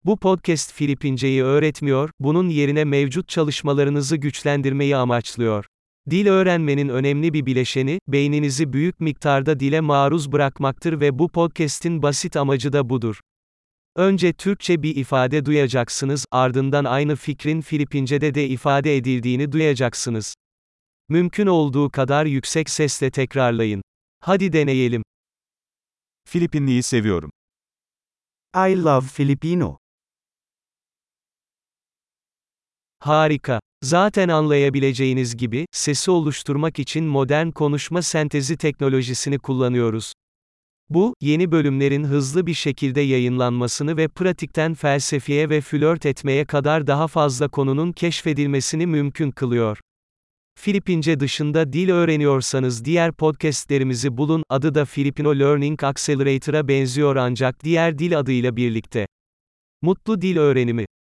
Bu podcast Filipinceyi öğretmiyor, bunun yerine mevcut çalışmalarınızı güçlendirmeyi amaçlıyor. Dil öğrenmenin önemli bir bileşeni, beyninizi büyük miktarda dile maruz bırakmaktır ve bu podcast'in basit amacı da budur. Önce Türkçe bir ifade duyacaksınız, ardından aynı fikrin Filipince'de de ifade edildiğini duyacaksınız. Mümkün olduğu kadar yüksek sesle tekrarlayın. Hadi deneyelim. Filipinliyi seviyorum. I love Filipino. Harika. Zaten anlayabileceğiniz gibi, sesi oluşturmak için modern konuşma sentezi teknolojisini kullanıyoruz. Bu, yeni bölümlerin hızlı bir şekilde yayınlanmasını ve pratikten felsefeye ve flört etmeye kadar daha fazla konunun keşfedilmesini mümkün kılıyor. Filipince dışında dil öğreniyorsanız diğer podcastlerimizi bulun, adı da Filipino Learning Accelerator'a benziyor ancak diğer dil adıyla birlikte. Mutlu dil öğrenimi.